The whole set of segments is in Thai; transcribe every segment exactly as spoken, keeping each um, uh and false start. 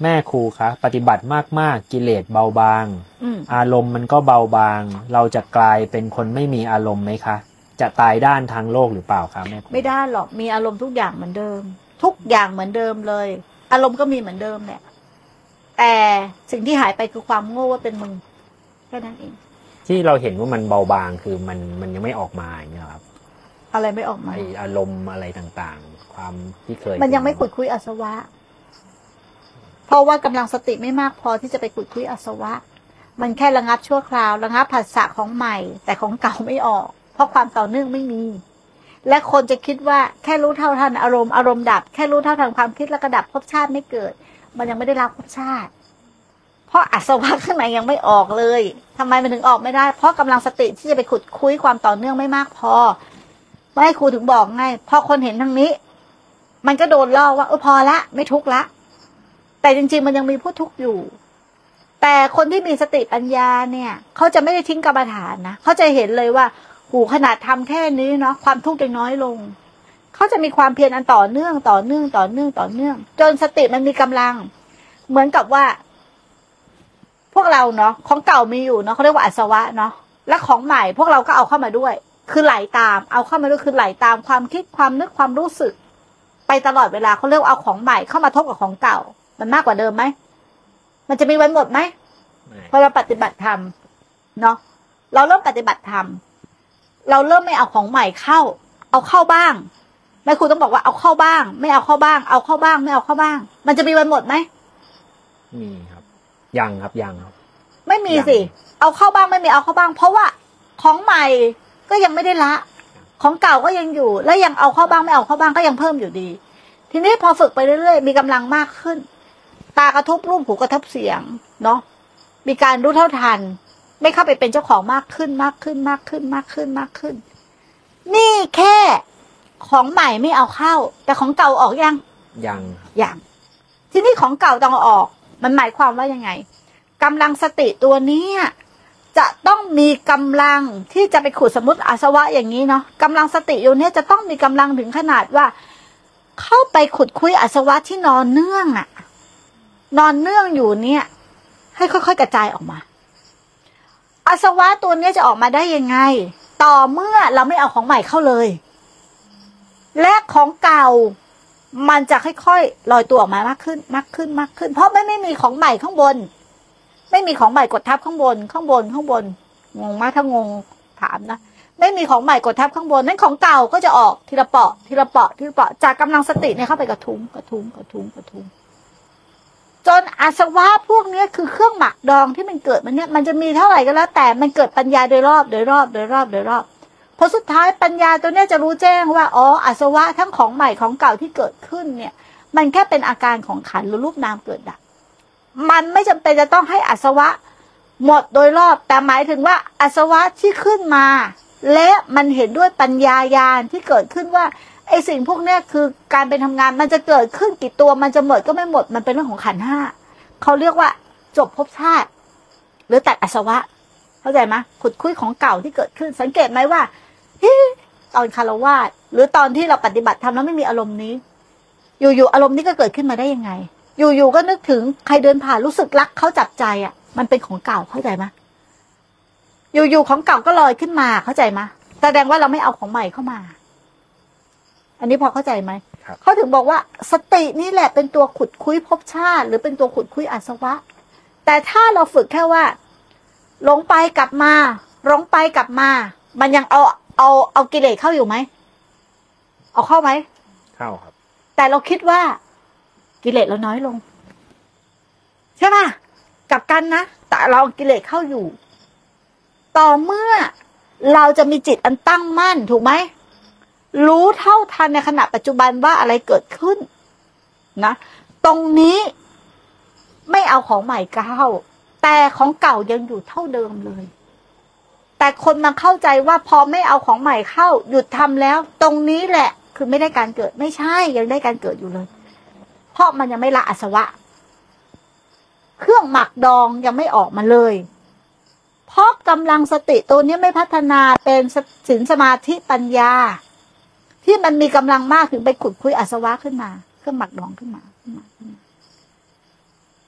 แม่ครูคะปฏิบัติมากๆกิเลสเบาบางอืมอารมณ์มันก็เบาบางเราจะกลายเป็นคนไม่มีอารมณ์ไหมคะจะตายด้านทางโลกหรือเปล่าคะแม่ครูไม่ได้หรอกมีอารมณ์ทุกอย่างเหมือนเดิม ทุกอย่างเหมือนเดิมเลย อารมณ์ก็มีเหมือนเดิมแหละแต่สิ่งที่หายไปคือความโง่ว่าเป็นมึงแค่นั้นเองที่เราเห็นว่ามันเบาบางคือมันมันยังไม่ออกมาอย่างเงี้ยครับอะไรไม่ออกมาไออารมณ์อะไรต่างๆความที่เคยมันยังไม่ขุดคุยอาสวะเพราะว่ากำลังสติไม่มากพอที่จะไปขุดคุยอาสวะมันแค่ระงับชั่วคราวระงับผัสสะของใหม่แต่ของเก่าไม่ออกเพราะความต่อเนื่องไม่มีและคนจะคิดว่าแค่รู้เท่าทันอารมณ์อารมณ์ดับแค่รู้เท่าทันความคิดแล้วก็ดับภพชาติไม่เกิดมันยังไม่ได้รับภพชาติเพราะอาสวะข้างในยังไม่ออกเลยทำไมมันถึงออกไม่ได้เพราะกำลังสติที่จะไปขุดคุยความต่อเนื่องไม่มากพอไม่ให้ครูถึงบอกไงพอคนเห็นทางนี้มันก็โดนล่อว่าเออพอละไม่ทุกข์ละแต่จริงๆมันยังมีผู้ทุกข์อยู่แต่คนที่มีสติปัญญาเนี่ยเขาจะไม่ได้ทิ้งกรรมฐานนะเขาจะเห็นเลยว่าหูขนาดทำแค่นี้เนาะความทุกข์ยังน้อยลงเขาจะมีความเพียรอันต่อเนื่องต่อเนื่องต่อเนื่องต่อเนื่องจนสติมันมีกำลังเหมือนกับว่าพวกเราเนาะของเก่ามีอยู่เนาะเขาเรียกว่าอาสวะเนาะและของใหม่พวกเราก็เอาเข้ามาด้วยคือไหลตามเอาเข้ามาด้วยคือไหลตามความคิดความนึกความรู้สึกไปตลอดเวลาเขาเรียกเอาของใหม่เข้ามาทบกับของเก่ามันมากกว่าเดิมไหมมันจะมีวันหมดไหมพอเราปฏิบัติธรรมเนาะเราเริ่มปฏิบัติธรรมเราเริ่มไม่เอาของใหม่เข้าเอาเข้าบ้างแม่ครูต้องบอกว่าเอาเข้าบ้างไม่เอาเข้าบ้างเอาเข้าบ้างไม่เอาเข้าบ้างมันจะมีวันหมดไหมมีครับยังครับยังครับไม่มีสิเอาเข้าบ้างไม่มีเอาเข้าบ้างเพราะว่าของใหม่ก็ยังไม่ได้ละของเก่าก็ยังอยู่และยังเอาเข้าบ้างไม่เอาเข้าบ้างก็ยังเพิ่มอยู่ดีทีนี้พอฝึกไปเรื่อยๆมีกำลังมากขึ้นตากระทบรูปหูกระทบเสียงเนาะมีการรู้เท่าทันไม่เข้าไปเป็นเจ้าของมากขึ้นมากขึ้นมากขึ้นมากขึ้นมากขึ้นนี่แค่ของใหม่ไม่เอาเข้าแต่ของเก่าออกยังยังยังทีนี้ของเก่าต้องเอาออกมันหมายความว่ายังไงกำลังสติตัวนี้จะต้องมีกำลังที่จะไปขุดสมมติอาสวะอย่างนี้เนาะกำลังสติอยู่เนี่ยจะต้องมีกำลังถึงขนาดว่าเข้าไปขุดคุยอาสวะที่นอนเนื่องอะนอนเนื่องอยู่เนี่ยให้ค่อยๆกระจายออกมาอาสวะตัวนี้จะออกมาได้ยังไงต่อเมื่อเราไม่เอาของใหม่เข้าเลยและของเก่ามันจะค่อยๆลอยตัวออกมามากขึ้นมากขึ้นมากขึ้นเพราะไม่ไม่มีของใหม่ข้างบนไม่มีของใหม่กดทับข้างบนข้างบนข้างบนงงมากถ้างงถามนะไม่มีของใหม่กดทับข้างบนนั้นของเก่าก็จะออกทีละเปาะทีละเปาะทีละเปาะจากกำลังสติเนี่ยเข้าไปกระทุ้งกระทุ้งกระทุ้งกระทุ้งจนอาสวะพวกนี้คือเครื่องหมักดองที่มันเกิดมันเนี่ยมันจะมีเท่าไหร่ก็แล้วแต่มันเกิดปัญญาโดยรอบโดยรอบโดยรอบโดยรอบพอสุดท้ายปัญญาตัวนี้จะรู้แจ้งว่าอ๋ออาสวะทั้งของใหม่ของเก่าที่เกิดขึ้นเนี่ยมันแค่เป็นอาการของขันธ์หรือรูปนามเกิดดับมันไม่จำเป็นจะต้องให้อาสวะหมดโดยรอบแต่หมายถึงว่าอาสวะที่ขึ้นมาและมันเห็นด้วยปัญญาญาณที่เกิดขึ้นว่าไอ้สิ่งพวกนี้คือการเป็นทำงานมันจะเกิดขึ้นกี่ตัวมันจะหมดก็ไม่หมดมันเป็นเรื่องของขันธ์ห้าเขาเรียกว่าจบภพชาติหรือตัดอาสวะเข้าใจไหมขุดคุยของเก่าที่เกิดขึ้นสังเกตไหมว่าตอนคารวะหรือตอนที่เราปฏิบัติธรรมแล้วไม่มีอารมณ์นี้อยู่ๆอารมณ์นี้ก็เกิดขึ้นมาได้ยังไงอยู่ๆก็นึกถึงใครเดินผ่านรู้สึกรักเขาจับใจอ่ะมันเป็นของเก่าเข้าใจไหมอยู่ๆของเก่าก็ลอยขึ้นมาเข้าใจไหมแสดงว่าเราไม่เอาของใหม่เข้ามาอันนี้พอเข้าใจไหมเขาถึงบอกว่าสตินี่แหละเป็นตัวขุดคุยภพชาติหรือเป็นตัวขุดคุยอาสวะแต่ถ้าเราฝึกแค่ว่าหลงไปกลับมาหลงไปกลับมามันยังเอาเอาเอากิเลสเข้าอยู่ไหมเอาเข้าไหมเข้าครับแต่เราคิดว่ากิเลสเราน้อยลงใช่ไหมกลับกันนะแต่เรากิเลสเข้าอยู่ต่อเมื่อเราจะมีจิตอันตั้งมั่นถูกไหมรู้เท่าทันในขณะปัจจุบันว่าอะไรเกิดขึ้นนะตรงนี้ไม่เอาของใหม่เข้าแต่ของเก่ายังอยู่เท่าเดิมเลยแต่คนมาเข้าใจว่าพอไม่เอาของใหม่เข้าหยุดทำแล้วตรงนี้แหละคือไม่ได้การเกิดไม่ใช่ยังได้การเกิดอยู่เลยเพราะมันยังไม่ละอาสวะเครื่องหมักดองยังไม่ออกมาเลยเพราะกำลังสติตัวนี้ไม่พัฒนาเป็นศีลสมาธิปัญญาที่มันมีกำลังมากถึงไปขุดคุยอาสวะขึ้นมาเครื่องหมักดองขึ้นมาขึ้นมา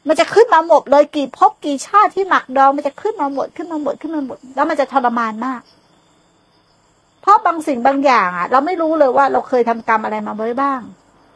มันจะขึ้นมาหมดเลยกี่ภพกี่ชาติที่หมักดองมันจะขึ้นมาหมดขึ้นมาหมดขึ้นมาหมดแล้วมันจะทรมานมากเพราะบางสิ่งบางอย่างอ่ะเราไม่รู้เลยว่าเราเคยทำกรรมอะไรมาไว้บ้าง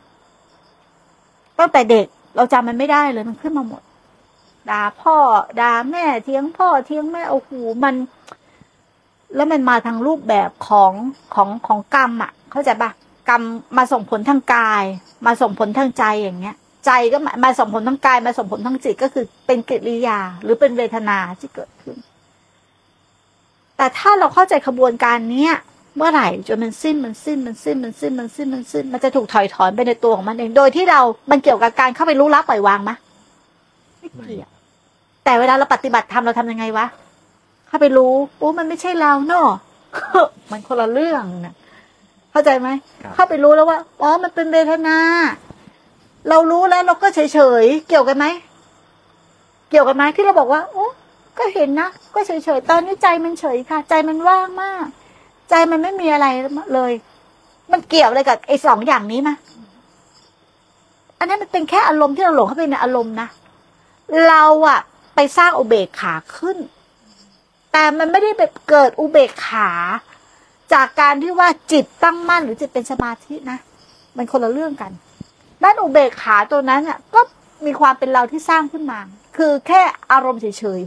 ตั้งแต่เด็กเราจำมันไม่ได้เลยมันขึ้นมาหมดด่าพ่อด่าแม่เทียงพ่อเทียงแม่โอ้โหมันแล้วมันมาทางรูปแบบของของของกรรมอ่ะเข้าใจปะกรรมมาส่งผลทางกายมาส่งผลทางใจอย่างเงี้ยใจก็มามาส่งผลทางกายมาส่งผลทางจิตก็คือเป็นกิริยาหรือเป็นเวทนาที่เกิดขึ้นแต่ถ้าเราเข้าใจขบวนการเนี้ยเมื่อไหร่จนมันสิ้นมันสิ้นมันสิ้นมันสิ้นมันสิ้นมันสิ้นมันจะถูกถอยถอนไปในตัวของมันเองโดยที่เรา มันเกี่ยวกับการเข้าไปรู้ละปล่อยวางมะไม่เกี่ยวแต่เวลาเราปฏิบัติธรรมเราทำยังไงวะเข้าไปรู้โอ้มันไม่ใช่เราเนาะ มันคนละเรื่องนะเข้าใจไหมเข้าไปรู้แล้วว่าอ๋อมันเป็นเวทนาเรารู้แล้วเราก็เฉยเฉยเกี่ยวกันไหมเกี่ยวกันไหมที่เราบอกว่าโอ้ก็เห็นนะก็เฉยเฉยตอนนี้ใจมันเฉยค่ะใจมันว่างมากใจมันไม่มีอะไรเลย มันเกี่ยวอะไรกับไอ้สองอย่างนี้มะอันนั้นมันเป็นแค่อารมณ์ที่เราหลงเข้าไปในอารมณ์นะเราอะไปสร้างอุเบกขาขึ้นแต่มันไม่ได้แบบเกิดอุเบกขาจากการที่ว่าจิตตั้งมั่นหรือจิตเป็นสมาธินะมันคนละเรื่องกันด้านอุเบกขาตัวนั้นอะก็มีความเป็นเราที่สร้างขึ้นมาคือแค่อารมณ์เฉย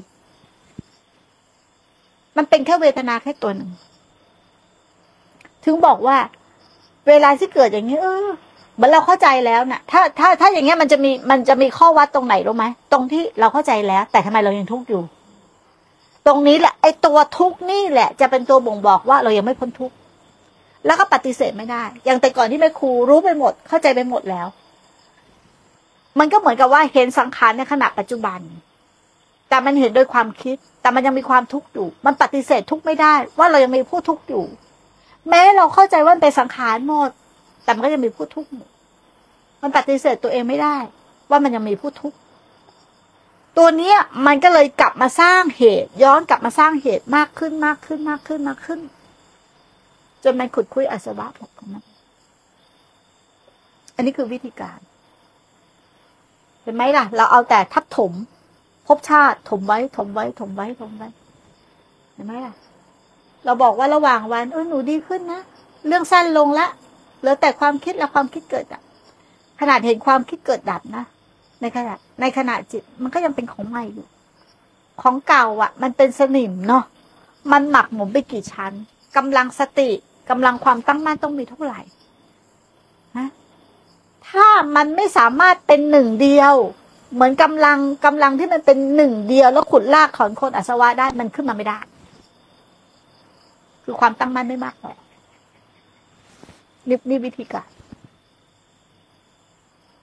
ๆมันเป็นแค่เวทนาแค่ตัวหนึ่งถึงบอกว่าเวลาที่เกิดอย่างนี้เออเหมือนเราเข้าใจแล้วนะถ้าถ้าถ้าอย่างเงี้ยมันจะมีมันจะมีข้อวัดตรงไหนรู้ไหมตรงที่เราเข้าใจแล้วแต่ทำไมเรายังทุกข์อยู่ตรงนี้แหละไอ้ตัวทุกข์นี่แหละจะเป็นตัวบ่งบอกว่าเรายังไม่พ้นทุกข์แล้วก็ปฏิเสธไม่ได้อย่างแต่ก่อนที่แม่ครูรู้ไปหมดเข้าใจไปหมดแล้วมันก็เหมือนกับว่าเห็นสังขารในขณะปัจจุบันแต่มันเห็นโดยความคิดแต่มันยังมีความทุกข์อยู่มันปฏิเสธทุกข์ไม่ได้ว่าเรายังมีผู้ทุกข์อยู่แม้เราเข้าใจว่าเป็นสังขารหมดแต่มันก็ยังมีผู้ทุกข์มันปฏิเสธตัวเองไม่ได้ว่ามันยังมีผู้ทุกข์ตัวเนี้ยมันก็เลยกลับมาสร้างเหตุย้อนกลับมาสร้างเหตุมากขึ้นมากขึ้นมากขึ้นมากขึ้นจนมันขุดคุยอาสวะหมดตรงนั้นอันนี้คือวิธีการเห็นไหมล่ะเราเอาแต่ทับถมภพชาติถมไว้ถมไว้ถมไว้ถมไว้เห็นไหมล่ะเราบอกว่าระหว่างวันเออหนูดีขึ้นนะเรื่องสั้นลงละเหลือแต่ความคิดและความคิดเกิดดับขนาดเห็นความคิดเกิดดับนะในขณะในขณะจิตมันก็ยังเป็นของใหม่อยู่ของเก่าอ่ะมันเป็นสนิมเนาะมันหมักหมมไปกี่ชั้นกำลังสติกำลังความตั้งมั่นต้องมีเท่าไหร่นะถ้ามันไม่สามารถเป็นหนึ่งเดียวเหมือนกำลังกำลังที่มันเป็นหนึ่งเดียวแล้วขุดลากถอนคนอาสวะได้มันขึ้นมาไม่ได้คือความตั้งมั่นไม่มากพอนี่นี่วิธีการ